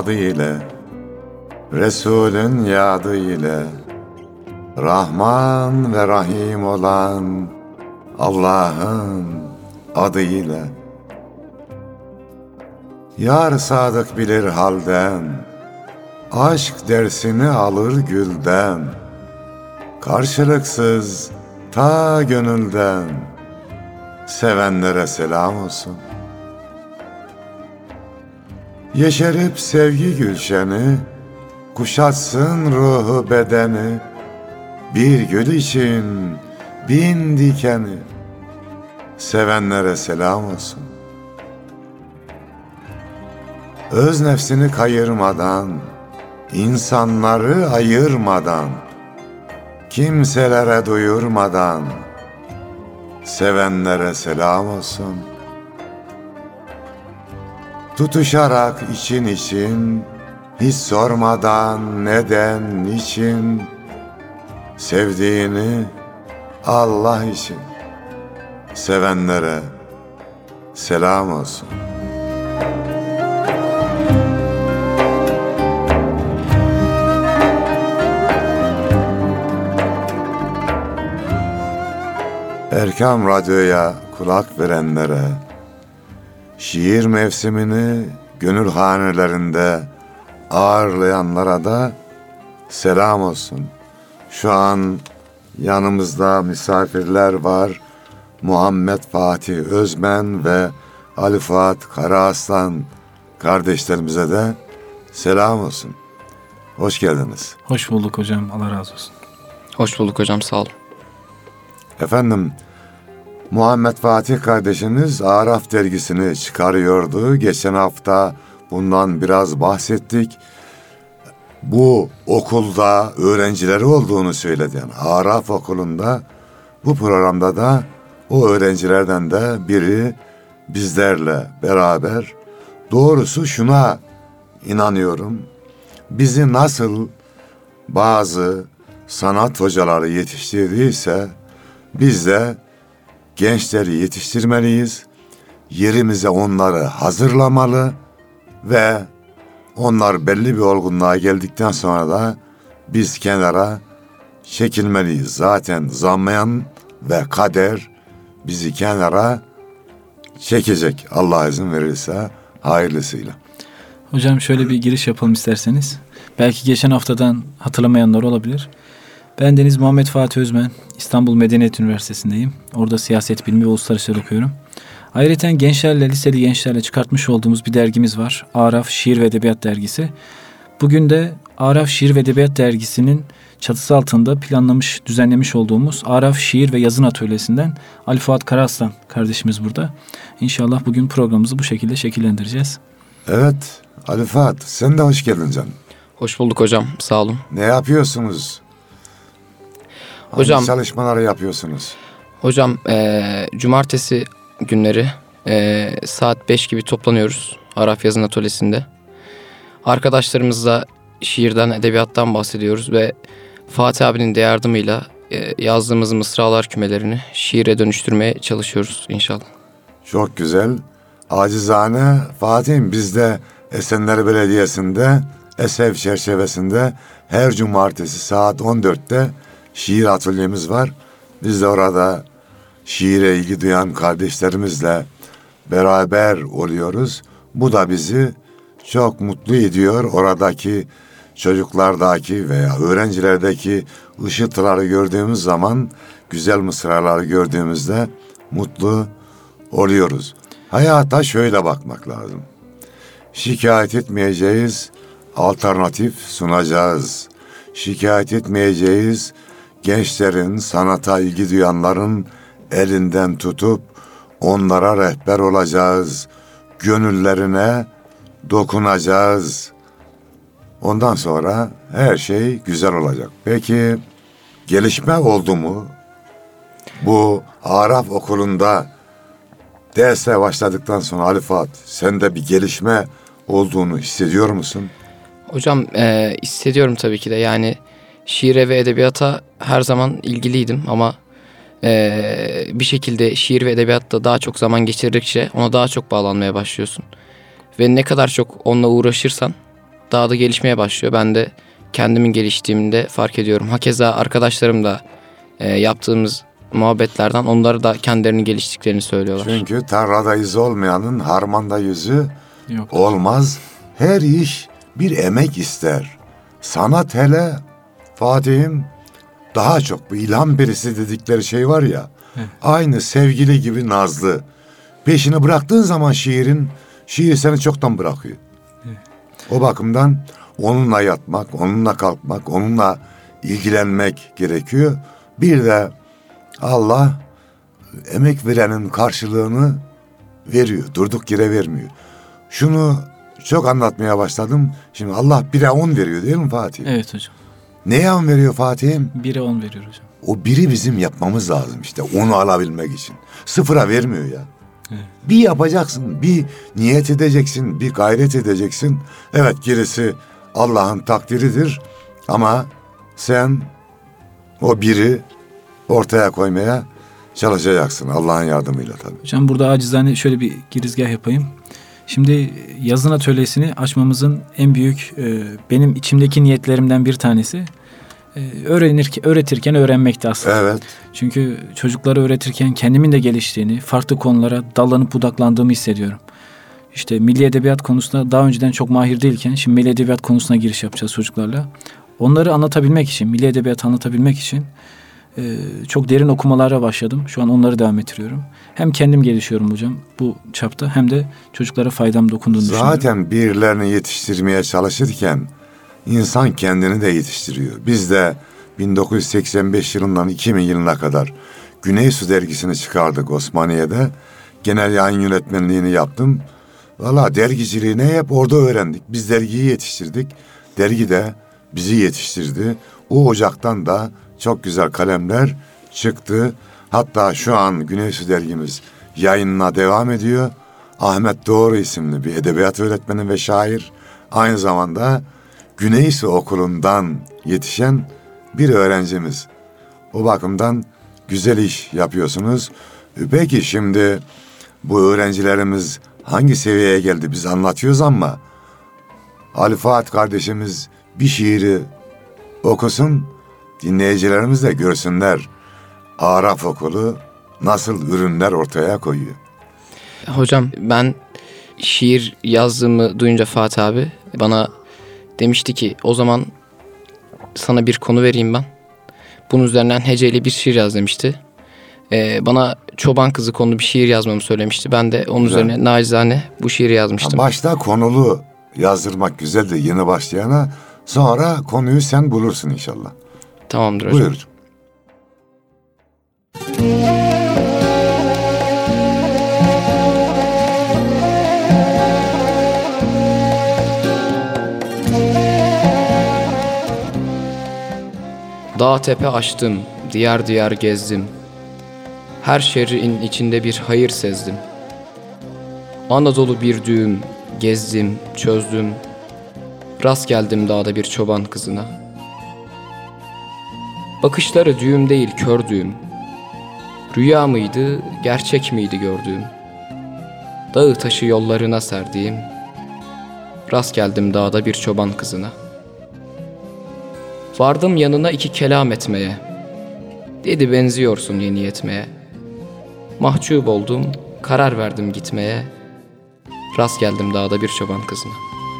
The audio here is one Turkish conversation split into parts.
adı ile, Resulün yadı ile, Rahman ve Rahim olan Allah'ın adı ile. Yar sadık bilir halden, aşk dersini alır gülden, karşılıksız ta gönülden, sevenlere selam olsun. Yeşerip sevgi gülşeni, kuşatsın ruhu bedeni, bir gül için bin dikeni, sevenlere selam olsun. Öz nefsini kayırmadan, insanları ayırmadan, kimselere duyurmadan, sevenlere selam olsun. Tutuşarak için için, hiç sormadan neden, niçin, sevdiğini Allah için, sevenlere selam olsun. Erkam Radyo'ya kulak verenlere, şiir mevsimini gönül hanelerinde ağırlayanlara da selam olsun. Şu an yanımızda misafirler var. Muhammed Fatih Özmen ve Ali Fuat Karaaslan kardeşlerimize de selam olsun. Hoş geldiniz. Hoş bulduk hocam. Allah razı olsun. Hoş bulduk hocam, sağ olun. Efendim, Muhammed Fatih kardeşimiz Araf dergisini çıkarıyordu. Geçen hafta bundan biraz bahsettik. Bu okulda öğrencileri olduğunu söyledi. Yani Araf okulunda, bu programda da o öğrencilerden de biri bizlerle beraber. Doğrusu şuna inanıyorum. Bizi nasıl bazı sanat hocaları yetiştirdiyse biz de gençleri yetiştirmeliyiz. Yerimize onları hazırlamalı ve onlar belli bir olgunluğa geldikten sonra da biz kenara çekilmeliyiz. Zaten zaman ve kader bizi kenara çekecek, Allah izin verirse hayırlısıyla. Hocam şöyle bir giriş yapalım isterseniz. Belki geçen haftadan hatırlamayanlar olabilir. Ben Deniz Muhammed Fatih Özmen, İstanbul Medeniyet Üniversitesi'ndeyim. Orada siyaset bilimi ve uluslararası okuyorum. Ayrıca gençlerle, liseli gençlerle çıkartmış olduğumuz bir dergimiz var. Araf Şiir ve Edebiyat Dergisi. Bugün de Araf Şiir ve Edebiyat Dergisi'nin çatısı altında planlamış, düzenlemiş olduğumuz Araf Şiir ve Yazın Atölyesi'nden Ali Fuat Karaaslan kardeşimiz burada. İnşallah bugün programımızı bu şekilde şekillendireceğiz. Evet, Ali Fuat, sen de hoş geldin canım. Hoş bulduk hocam, sağ olun. Ne yapıyorsunuz? Hocam, hangi çalışmaları yapıyorsunuz? Hocam cumartesi günleri saat 5 gibi toplanıyoruz Araf Yazın Atölyesi'nde. Arkadaşlarımızla şiirden, edebiyattan bahsediyoruz ve Fatih abinin de yardımıyla yazdığımız mısralar kümelerini şiire dönüştürmeye çalışıyoruz inşallah. Çok güzel. Acizane Fatih'im, biz de Esenler Belediyesi'nde ESEV çerçevesinde her cumartesi saat 14'te şiir atölyemiz var. Biz de orada şiire ilgi duyan kardeşlerimizle beraber oluyoruz. Bu da bizi çok mutlu ediyor. Oradaki çocuklardaki veya öğrencilerdeki ışıltıları gördüğümüz zaman, güzel mısraları gördüğümüzde mutlu oluyoruz. Hayata şöyle bakmak lazım. Şikayet etmeyeceğiz, alternatif sunacağız. Şikayet etmeyeceğiz, gençlerin, sanata ilgi duyanların elinden tutup onlara rehber olacağız. Gönüllerine dokunacağız. Ondan sonra her şey güzel olacak. Peki gelişme oldu mu? Bu Araf okulunda derse başladıktan sonra Ali Fuat, sen de bir gelişme olduğunu hissediyor musun? Hocam hissediyorum tabii ki de. Yani şiire ve edebiyata her zaman ilgiliydim ama bir şekilde şiir ve edebiyatta daha çok zaman geçirdikçe ona daha çok bağlanmaya başlıyorsun. Ve ne kadar çok onunla uğraşırsan daha da gelişmeye başlıyor. Ben de kendimin geliştiğimde fark ediyorum. Hakeza arkadaşlarım da yaptığımız muhabbetlerden onları da kendilerinin geliştiklerini söylüyorlar. Çünkü tarlada yüzü olmayanın harmanda yüzü Yok. olmaz. Her iş bir emek ister. Sanat hele Fatih'im daha çok bu ilham perisi dedikleri şey var ya. Evet. Aynı sevgili gibi nazlı. Peşini bıraktığın zaman şiir seni çoktan bırakıyor. Evet. O bakımdan onunla yatmak, onunla kalkmak, onunla ilgilenmek gerekiyor. Bir de Allah emek verenin karşılığını veriyor. Durduk yere vermiyor. Şunu çok anlatmaya başladım. Şimdi Allah 1'e 10 veriyor değil mi Fatih? Evet hocam. Neye 10 veriyor Fatih'im? 1'e 10 veriyor hocam. O biri bizim yapmamız lazım işte. Onu alabilmek için. 0'a vermiyor ya. Evet. Bir yapacaksın, bir niyet edeceksin, bir gayret edeceksin. Evet, gerisi Allah'ın takdiridir. Ama sen o biri ortaya koymaya çalışacaksın Allah'ın yardımıyla tabii. Hocam burada acizane şöyle bir girizgah yapayım. Şimdi yazın atölyesini açmamızın en büyük benim içimdeki niyetlerimden bir tanesi öğretirken öğrenmekti aslında. Evet. Çünkü çocuklara öğretirken kendimin de geliştiğini, farklı konulara dallanıp budaklandığımı hissediyorum. İşte milli edebiyat konusunda daha önceden çok mahir değilken şimdi milli edebiyat konusuna giriş yapacağız çocuklarla. Onları anlatabilmek için, milli edebiyatı anlatabilmek için çok derin okumalara başladım. Şu an onları devam ettiriyorum. Hem kendim gelişiyorum hocam bu çapta hem de çocuklara faydam dokunduğunu düşünüyorum. Zaten birilerini yetiştirmeye çalışırken insan kendini de yetiştiriyor. Biz de 1985 yılından 2000 yılına kadar Güney Su dergisini çıkardık Osmaniye'de. Genel yayın yönetmenliğini yaptım. Valla dergiciliği ne hep orada öğrendik. Biz dergiyi yetiştirdik. Dergi de bizi yetiştirdi. O ocaktan da çok güzel kalemler çıktı. Hatta şu an Güney Su dergimiz yayınına devam ediyor. Ahmet Doğru isimli bir edebiyat öğretmeni ve şair. Aynı zamanda Güney Su Okulu'ndan yetişen bir öğrencimiz. O bakımdan güzel iş yapıyorsunuz. Peki şimdi bu öğrencilerimiz hangi seviyeye geldi biz anlatıyoruz ama Ali Fuat kardeşimiz bir şiiri okusun, dinleyicilerimiz de görsünler. Araf Okulu nasıl ürünler ortaya koyuyor. Hocam ben şiir yazdığımı duyunca Fatih abi bana demişti ki o zaman sana bir konu vereyim ben. Bunun üzerinden heceyle bir şiir yaz demişti. Bana Çoban Kızı konulu bir şiir yazmamı söylemişti. Ben de onun üzerine nacizane bu şiiri yazmıştım. Başta konulu yazdırmak güzeldir yeni başlayana. Sonra konuyu sen bulursun inşallah. Tamamdır hocam. Buyur. Dağ tepe aştım, diyar diyar gezdim. Her şerrin içinde bir hayır sezdim. Anadolu bir düğüm, gezdim, çözdüm. Rast geldim dağda bir çoban kızına. Bakışları düğüm değil kör düğüm. Rüya mıydı, gerçek miydi gördüğüm? Dağı taşı yollarına serdiğim. Rast geldim dağda bir çoban kızına. Vardım yanına iki kelam etmeye. Dedi benziyorsun yeni yetmeye. Mahcup oldum, karar verdim gitmeye. Rast geldim dağda bir çoban kızına.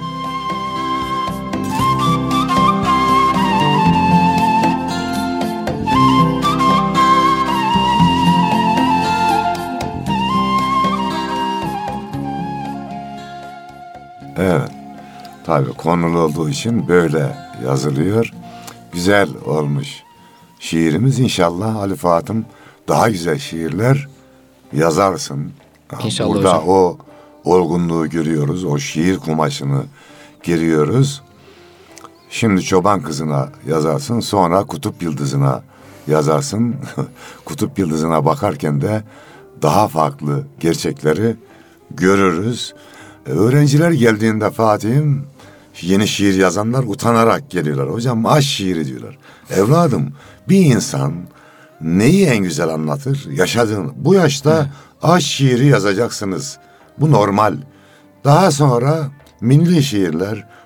Evet. Tabii konulu olduğu için böyle yazılıyor. Güzel olmuş şiirimiz. İnşallah Ali Fuat'ım daha güzel şiirler yazarsın. İnşallah burada hocam. o olgunluğu görüyoruz. O şiir kumaşını görüyoruz. Şimdi Çoban Kızı'na yazarsın. Sonra Kutup Yıldızı'na yazarsın. Kutup Yıldızı'na bakarken de daha farklı gerçekleri görürüz. Öğrenciler geldiğinde Fatih'im yeni şiir yazanlar utanarak geliyorlar. Hocam aşk şiiri diyorlar. Evladım bir insan neyi en güzel anlatır? Yaşadığını. Bu yaşta aşk şiiri yazacaksınız. Bu normal. Daha sonra milli şiirler,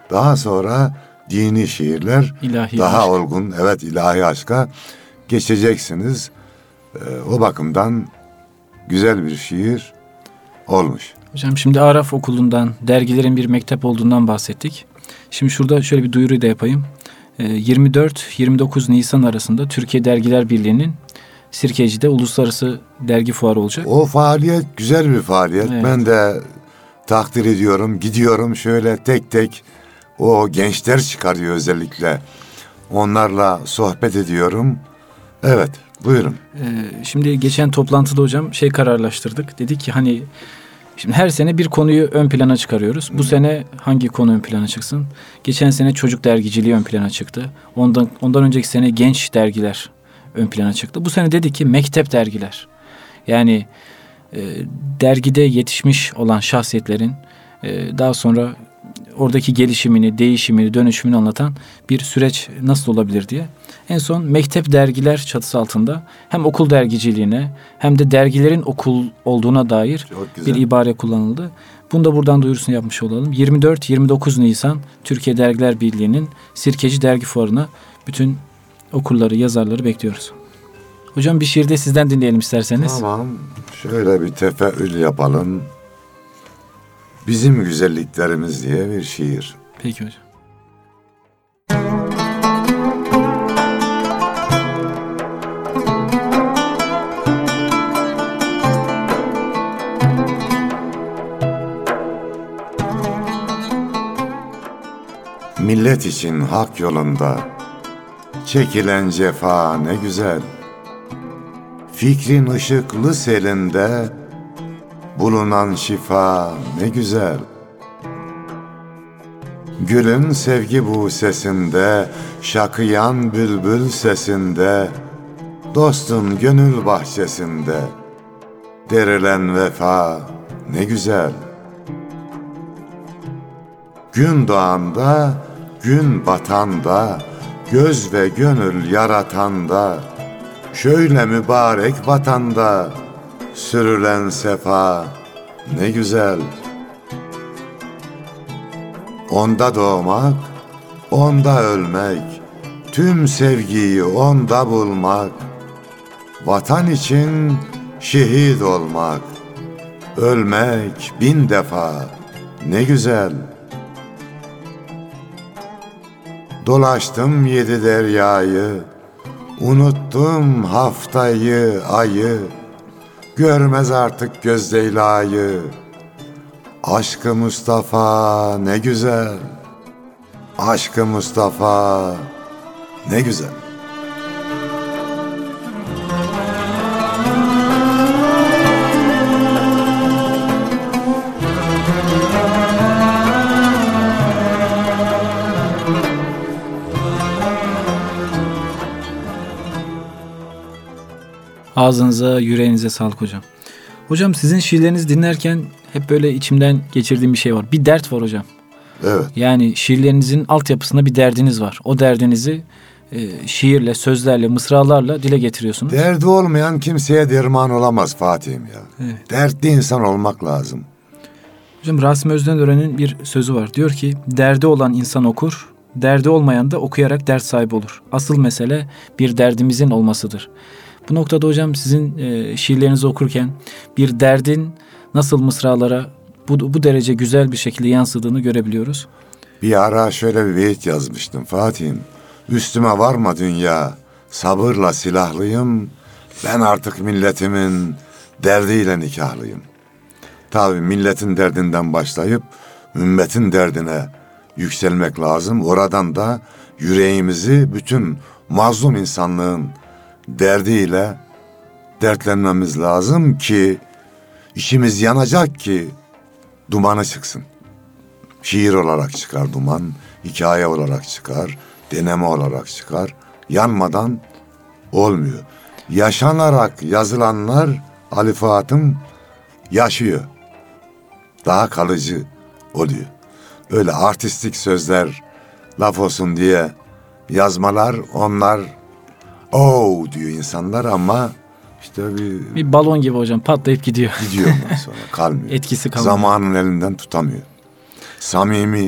Daha sonra dini şiirler, İlahi daha aşk. olgun, evet, ilahi aşka geçeceksiniz. O bakımdan güzel bir şiir olmuş. Hocam şimdi Araf Okulu'ndan, dergilerin bir mektep olduğundan bahsettik. Şimdi şurada şöyle bir duyuru da yapayım. 24-29 Nisan arasında Türkiye Dergiler Birliği'nin Sirkeci'de uluslararası dergi fuarı olacak. O faaliyet güzel bir faaliyet. Evet. Ben de takdir ediyorum. Gidiyorum şöyle tek tek, o gençler çıkarıyor özellikle. Onlarla sohbet ediyorum. Evet, buyurun. Şimdi geçen toplantıda hocam kararlaştırdık. Dedik ki hani şimdi her sene bir konuyu ön plana çıkarıyoruz. Bu sene hangi konu ön plana çıksın? Geçen sene çocuk dergiciliği ön plana çıktı. Ondan önceki sene genç dergiler ön plana çıktı. Bu sene dedik ki mektep dergiler. Yani dergide yetişmiş olan şahsiyetlerin daha sonra oradaki gelişimini, değişimini, dönüşümünü anlatan bir süreç nasıl olabilir diye. En son mektep dergiler çatısı altında hem okul dergiciliğine hem de dergilerin okul olduğuna dair Çok güzel. bir ibare kullanıldı. Bunu da buradan duyurusunu yapmış olalım. 24-29 Nisan Türkiye Dergiler Birliği'nin Sirkeci Dergi Fuarı'na bütün okurları, yazarları bekliyoruz. Hocam bir şiir de sizden dinleyelim isterseniz. Tamam, şöyle bir tefeül yapalım. Bizim güzelliklerimiz diye bir şiir. Peki hocam. Millet için hak yolunda çekilen cefa ne güzel. Fikrin ışıklı selinde bulunan şifa ne güzel. Gülün sevgi bu sesinde, şakıyan bülbül sesinde, dostun gönül bahçesinde derilen vefa ne güzel. Gün doğanda, gün batanda, göz ve gönül yaratanda, şöyle mübarek vatanda sürülen sefa ne güzel. Onda doğmak, onda ölmek, tüm sevgiyi onda bulmak, vatan için şehit olmak, ölmek 1000 defa ne güzel. Dolaştım 7 deryayı, unuttum haftayı, ayı, görmez artık göz Leyla'yı. Aşkı Mustafa ne güzel, aşkı Mustafa ne güzel. Ağzınıza, yüreğinize sağlık hocam. Hocam sizin şiirlerinizi dinlerken hep böyle içimden geçirdiğim bir şey var. Bir dert var hocam. Evet. Yani şiirlerinizin altyapısında bir derdiniz var. O derdinizi şiirle, sözlerle, mısralarla dile getiriyorsunuz. Derdi olmayan kimseye derman olamaz Fatih'im ya. Evet. Dertli insan olmak lazım. Hocam Rasim Özdenören'in bir sözü var. Diyor ki derdi olan insan okur, derdi olmayan da okuyarak dert sahibi olur. Asıl mesele bir derdimizin olmasıdır. Bu noktada hocam sizin şiirlerinizi okurken bir derdin nasıl mısralara bu derece güzel bir şekilde yansıdığını görebiliyoruz. Bir ara şöyle bir beyit yazmıştım Fatih'im. Üstüme varma dünya, sabırla silahlıyım. Ben artık milletimin derdiyle nikahlıyım. Tabii milletin derdinden başlayıp ümmetin derdine yükselmek lazım. Oradan da yüreğimizi bütün mazlum insanlığın derdiyle dertlenmemiz lazım ki işimiz yanacak ki dumanı çıksın. Şiir olarak çıkar duman, hikaye olarak çıkar, deneme olarak çıkar. Yanmadan olmuyor. Yaşanarak yazılanlar Ali Fuat'ım yaşıyor. Daha kalıcı oluyor. Öyle artistik sözler laf olsun diye yazmalar, onlar diyor insanlar ama işte Bir balon gibi hocam patlayıp gidiyor. gidiyor ondan sonra kalmıyor. Etkisi kalmıyor. Zamanın elinden tutamıyor. Samimi,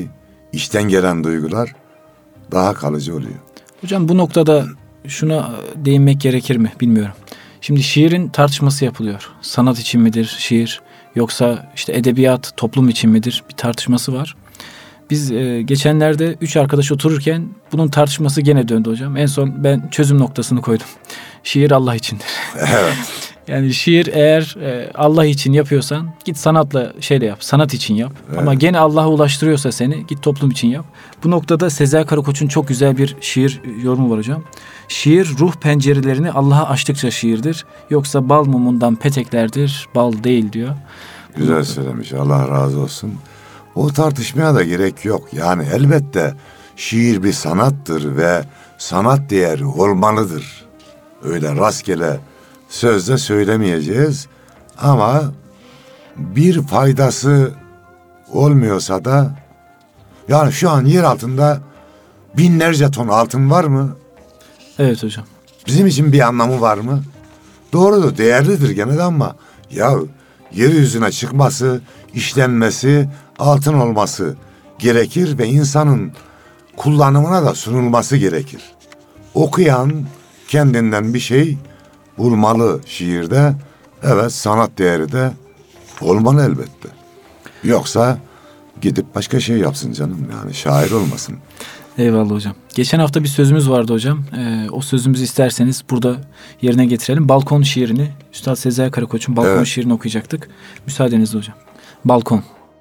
içten gelen duygular daha kalıcı oluyor. Hocam bu noktada şuna değinmek gerekir mi bilmiyorum. Şimdi şiirin tartışması yapılıyor. Sanat için midir şiir, yoksa işte edebiyat toplum için midir, bir tartışması var. Biz geçenlerde 3 arkadaş otururken bunun tartışması gene döndü hocam. En son ben çözüm noktasını koydum. Şiir Allah içindir. Evet. Yani şiir eğer Allah için yapıyorsan git sanatla yap, sanat için yap. Evet. Ama gene Allah'a ulaştırıyorsa seni git toplum için yap. Bu noktada Sezai Karakoç'un çok güzel bir şiir yorumu var hocam. Şiir ruh pencerelerini Allah'a açtıkça şiirdir. Yoksa bal mumundan peteklerdir, bal değil diyor. Güzel söylemiş, Allah razı olsun. O tartışmaya da gerek yok. Yani elbette şiir bir sanattır ve sanat değeri olmalıdır. Öyle rastgele sözde söylemeyeceğiz. Ama bir faydası olmuyorsa da, yani şu an yer altında binlerce ton altın var mı? Evet hocam. Bizim için bir anlamı var mı? Doğrudur, değerlidir gene de ama ya yeryüzüne çıkması, işlenmesi, altın olması gerekir ve insanın kullanımına da sunulması gerekir. Okuyan kendinden bir şey bulmalı şiirde. Evet, sanat değeri de olmalı elbette. Yoksa gidip başka şey yapsın canım, yani şair olmasın. Eyvallah hocam. Geçen hafta bir sözümüz vardı hocam. O sözümüzü isterseniz burada yerine getirelim. Balkon şiirini, Üstad Sezai Karakoç'un Balkon şiirini okuyacaktık. Müsaadenizle hocam. Balkon.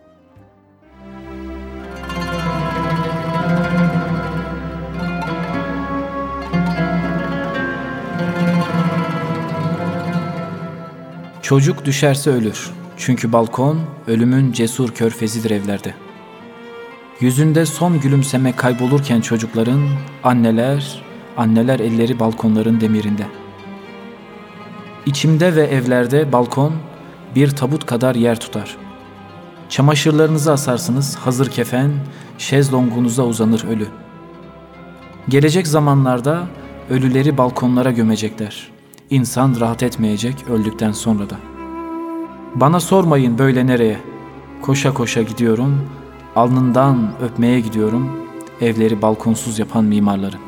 Çocuk düşerse ölür. Çünkü balkon ölümün cesur körfezidir evlerde. Yüzünde son gülümseme kaybolurken çocukların, anneler elleri balkonların demirinde. İçimde ve evlerde balkon bir tabut kadar yer tutar. Çamaşırlarınızı asarsınız hazır kefen, şezlongunuza uzanır ölü. Gelecek zamanlarda ölüleri balkonlara gömecekler. İnsan rahat etmeyecek öldükten sonra da. Bana sormayın böyle nereye. Koşa koşa gidiyorum. Alnından öpmeye gidiyorum. Evleri balkonsuz yapan mimarların.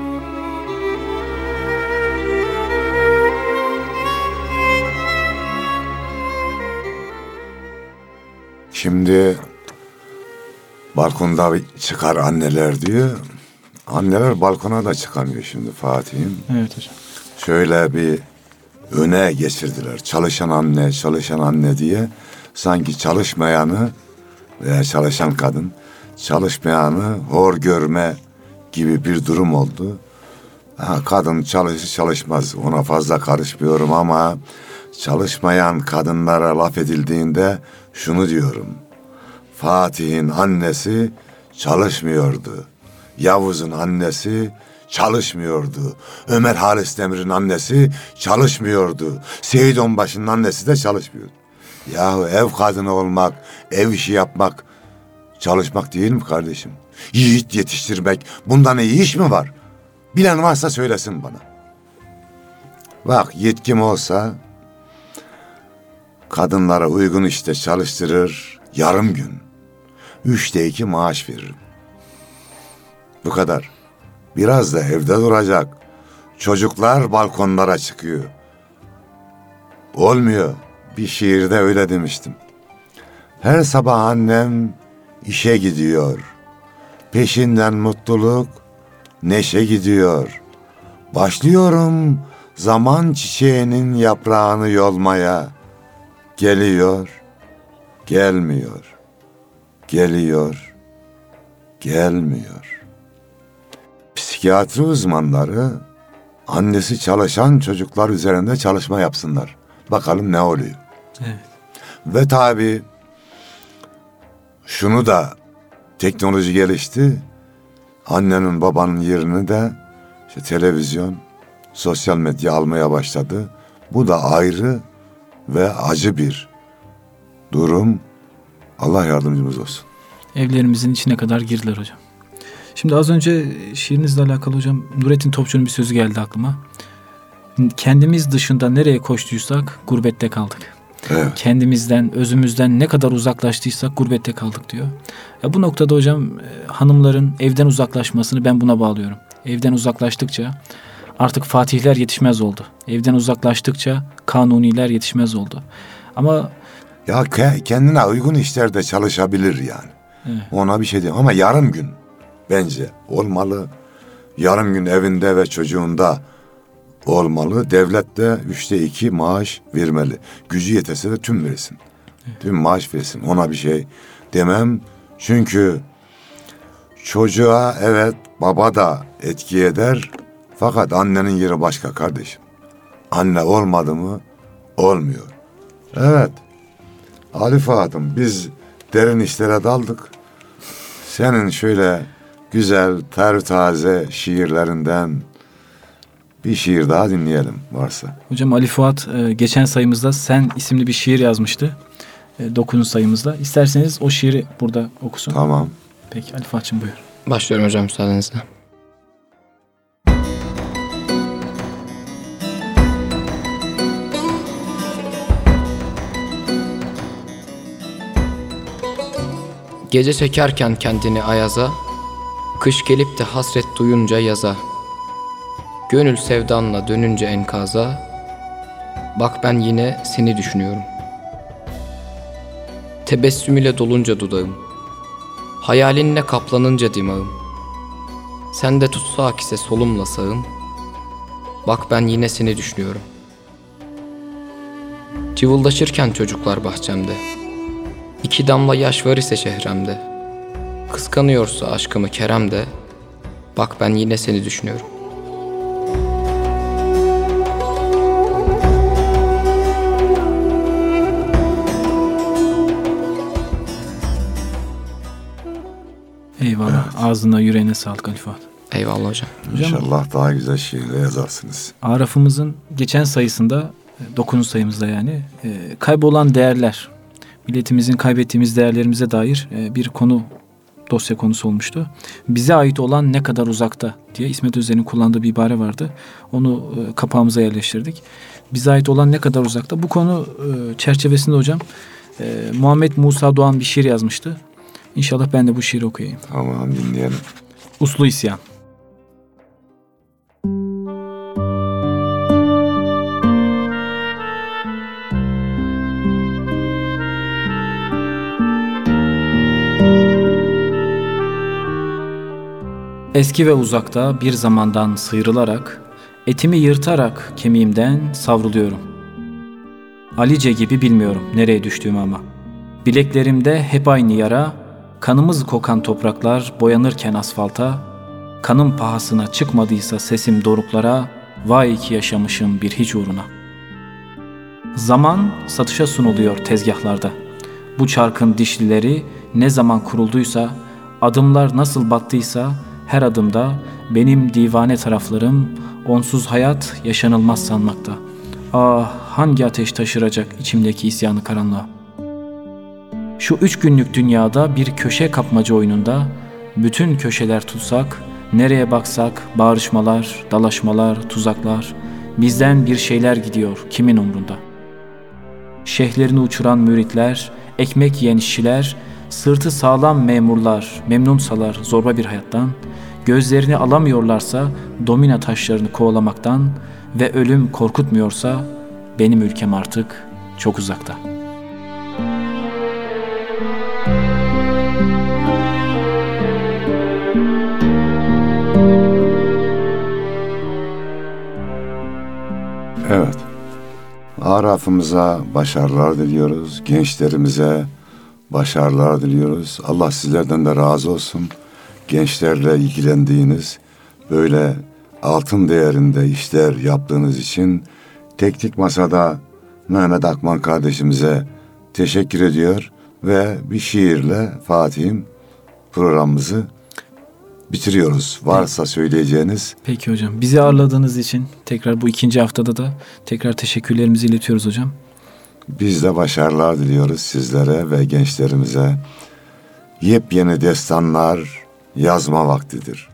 Şimdi balkonda çıkar anneler diyor. Anneler balkona da çıkamıyor şimdi Fatih'im. Evet hocam. Şöyle bir öne geçirdiler. Çalışan anne diye. Sanki çalışmayanı veya çalışan kadın çalışmayanı hor görme gibi bir durum oldu. Kadın çalışır çalışmaz ona fazla karışmıyorum ama çalışmayan kadınlara laf edildiğinde şunu diyorum. Fatih'in annesi çalışmıyordu. Yavuz'un annesi çalışmıyordu. Ömer Halis Demir'in annesi çalışmıyordu. Seyit Onbaşı'nın annesi de çalışmıyordu. Yahu ev kadını olmak, ev işi yapmak çalışmak değil mi kardeşim? Yiğit yetiştirmek, bundan iyi iş mi var? Bilen varsa söylesin bana. Bak yetkim olsa kadınlara uygun işte çalıştırır, yarım gün. 2 maaş veririm. Bu kadar. Biraz da evde duracak. Çocuklar balkonlara çıkıyor. Olmuyor. Bir şiirde öyle demiştim. Her sabah annem işe gidiyor. Peşinden mutluluk, neşe gidiyor. Başlıyorum zaman çiçeğinin yaprağını yolmaya. Geliyor, gelmiyor. Geliyor, gelmiyor. Psikiyatri uzmanları annesi çalışan çocuklar üzerinde çalışma yapsınlar. Bakalım ne oluyor. Evet. Ve tabii şunu da teknoloji gelişti. Annenin babanın yerini de işte televizyon, sosyal medya almaya başladı. Bu da ayrı ve acı bir durum. Allah yardımcımız olsun. Evlerimizin içine kadar girdiler hocam. Şimdi az önce şiirinizle alakalı hocam Nurettin Topçu'nun bir sözü geldi aklıma. Kendimiz dışında nereye koştuysak gurbette kaldık. Evet. Kendimizden, özümüzden ne kadar uzaklaştıysak gurbette kaldık diyor. Ya bu noktada hocam hanımların evden uzaklaşmasını ben buna bağlıyorum. Evden uzaklaştıkça artık fatihler yetişmez oldu. Evden uzaklaştıkça kanuniler yetişmez oldu. Ama Ya kendine uygun işlerde çalışabilir yani. evet. Ona bir şey diyeyim ama yarım gün bence olmalı. Yarım gün evinde ve çocuğunda olmalı. Devlet de 2/3 maaş vermeli. Gücü yetese de tüm versin. Tüm maaş versin. Ona bir şey demem. Çünkü çocuğa evet baba da etki eder. Fakat annenin yeri başka kardeşim. Anne olmadı mı olmuyor. Evet. Ali Fuat'ım biz derin işlere daldık. Senin şöyle güzel, taze şiirlerinden bir şiir daha dinleyelim varsa. Hocam Ali Fuat geçen sayımızda Sen isimli bir şiir yazmıştı. 9. sayımızda. İsterseniz o şiiri burada okusun. Tamam. Peki Ali Fuat'cığım buyur. Başlıyorum hocam müsaadenizle. Gece çekerken kendini ayaza, kış gelip de hasret duyunca yaza, gönül sevdanla dönünce enkaza, bak ben yine seni düşünüyorum. Tebessüm ile dolunca dudağım, hayalinle kaplanınca dimağım, sen de tutsak ise solumla sağım, bak ben yine seni düşünüyorum. Cıvıldaşırken çocuklar bahçemde, 2 damla yaş var ise çehremde, kıskanıyorsa aşkımı Kerem de, bak ben yine seni düşünüyorum. Eyvallah. Evet. Ağzına yüreğine sağlık Ali Fuat. Eyvallah hocam. İnşallah daha güzel şiirler yazarsınız. Araf'ımızın geçen sayısında 9. sayımızda yani kaybolan değerler, milletimizin kaybettiğimiz değerlerimize dair bir konu, dosya konusu olmuştu. Bize ait olan ne kadar uzakta diye İsmet Özel'in kullandığı bir ibare vardı. Onu kapağımıza yerleştirdik. Bize ait olan ne kadar uzakta. Bu konu çerçevesinde hocam Muhammed Musa Doğan bir şiir yazmıştı. İnşallah ben de bu şiiri okuyayım. Tamam dinleyelim. Uslu İsyan. Eski ve uzakta bir zamandan sıyrılarak, etimi yırtarak kemiğimden savruluyorum. Alice gibi bilmiyorum nereye düştüğümü ama. Bileklerimde hep aynı yara, kanımız kokan topraklar boyanırken asfalta, kanım pahasına çıkmadıysa sesim doruklara, vay ki yaşamışım bir hiç uğruna. Zaman satışa sunuluyor tezgahlarda. Bu çarkın dişlileri ne zaman kurulduysa, adımlar nasıl battıysa, her adımda benim divane taraflarım onsuz hayat yaşanılmaz sanmakta. Ah hangi ateş taşıracak içimdeki isyanı karanlığa. Şu 3 günlük dünyada bir köşe kapmaca oyununda bütün köşeler tutsak, nereye baksak bağrışmalar, dalaşmalar, tuzaklar, bizden bir şeyler gidiyor kimin umrunda. Şeyhlerini uçuran müritler, ekmek yiyen işçiler, sırtı sağlam memurlar memnunsalar zorba bir hayattan, gözlerini alamıyorlarsa domina taşlarını kovalamaktan ve ölüm korkutmuyorsa benim ülkem artık çok uzakta. Evet. Arafımıza başarılar diliyoruz. Gençlerimize başarılar diliyoruz. Allah sizlerden de razı olsun. Gençlerle ilgilendiğiniz, böyle altın değerinde işler yaptığınız için Teknik Masa'da Mehmet Akman kardeşimize teşekkür ediyor ve bir şiirle Fatih'im programımızı bitiriyoruz. Varsa söyleyeceğiniz. Peki hocam. Bizi ağırladığınız için tekrar bu 2. haftada da tekrar teşekkürlerimizi iletiyoruz hocam. Biz de başarılar diliyoruz sizlere ve gençlerimize. Yepyeni destanlar yazma vaktidir.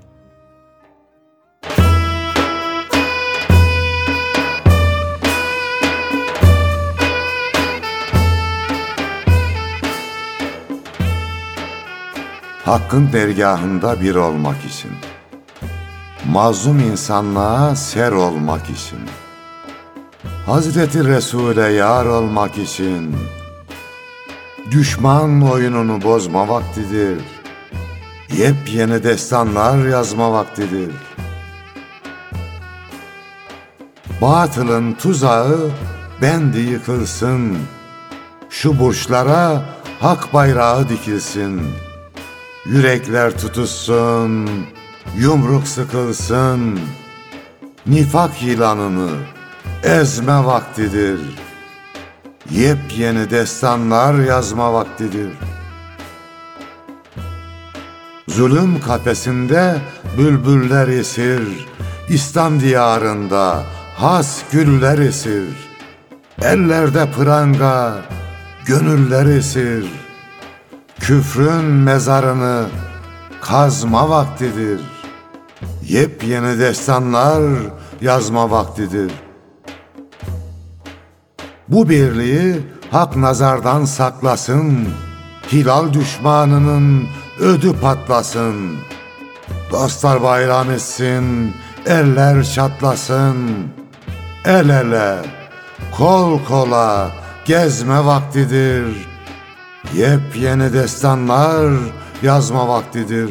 Hakkın dergahında bir olmak için, mazlum insanlığa ser olmak için, Hazreti Resul'e yar olmak için, düşman oyununu bozma vaktidir. Yepyeni destanlar yazma vaktidir. Batılın tuzağı bendi yıkılsın. Şu burçlara hak bayrağı dikilsin. Yürekler tutuşsun, yumruk sıkılsın. Nifak yılanını ezme vaktidir. Yepyeni destanlar yazma vaktidir. Zulüm kafesinde bülbüller esir, İslam diyarında has güller esir. Ellerde pranga, gönüller esir. Küfrün mezarını kazma vaktidir. Yepyeni destanlar yazma vaktidir. Bu birliği hak nazardan saklasın. Hilal düşmanının ödü patlasın. Dostlar bayram etsin, eller çatlasın. El ele, kol kola gezme vaktidir. Yepyeni destanlar yazma vaktidir.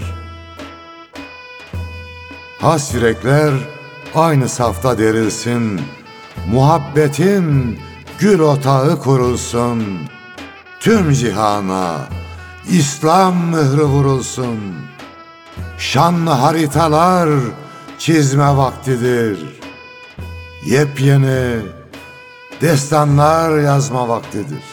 Has yürekler aynı safta derilsin. Muhabbetin gül otağı kurulsun. Tüm cihana İslam mührü vurulsun. Şanlı haritalar çizme vaktidir. Yepyeni destanlar yazma vaktidir.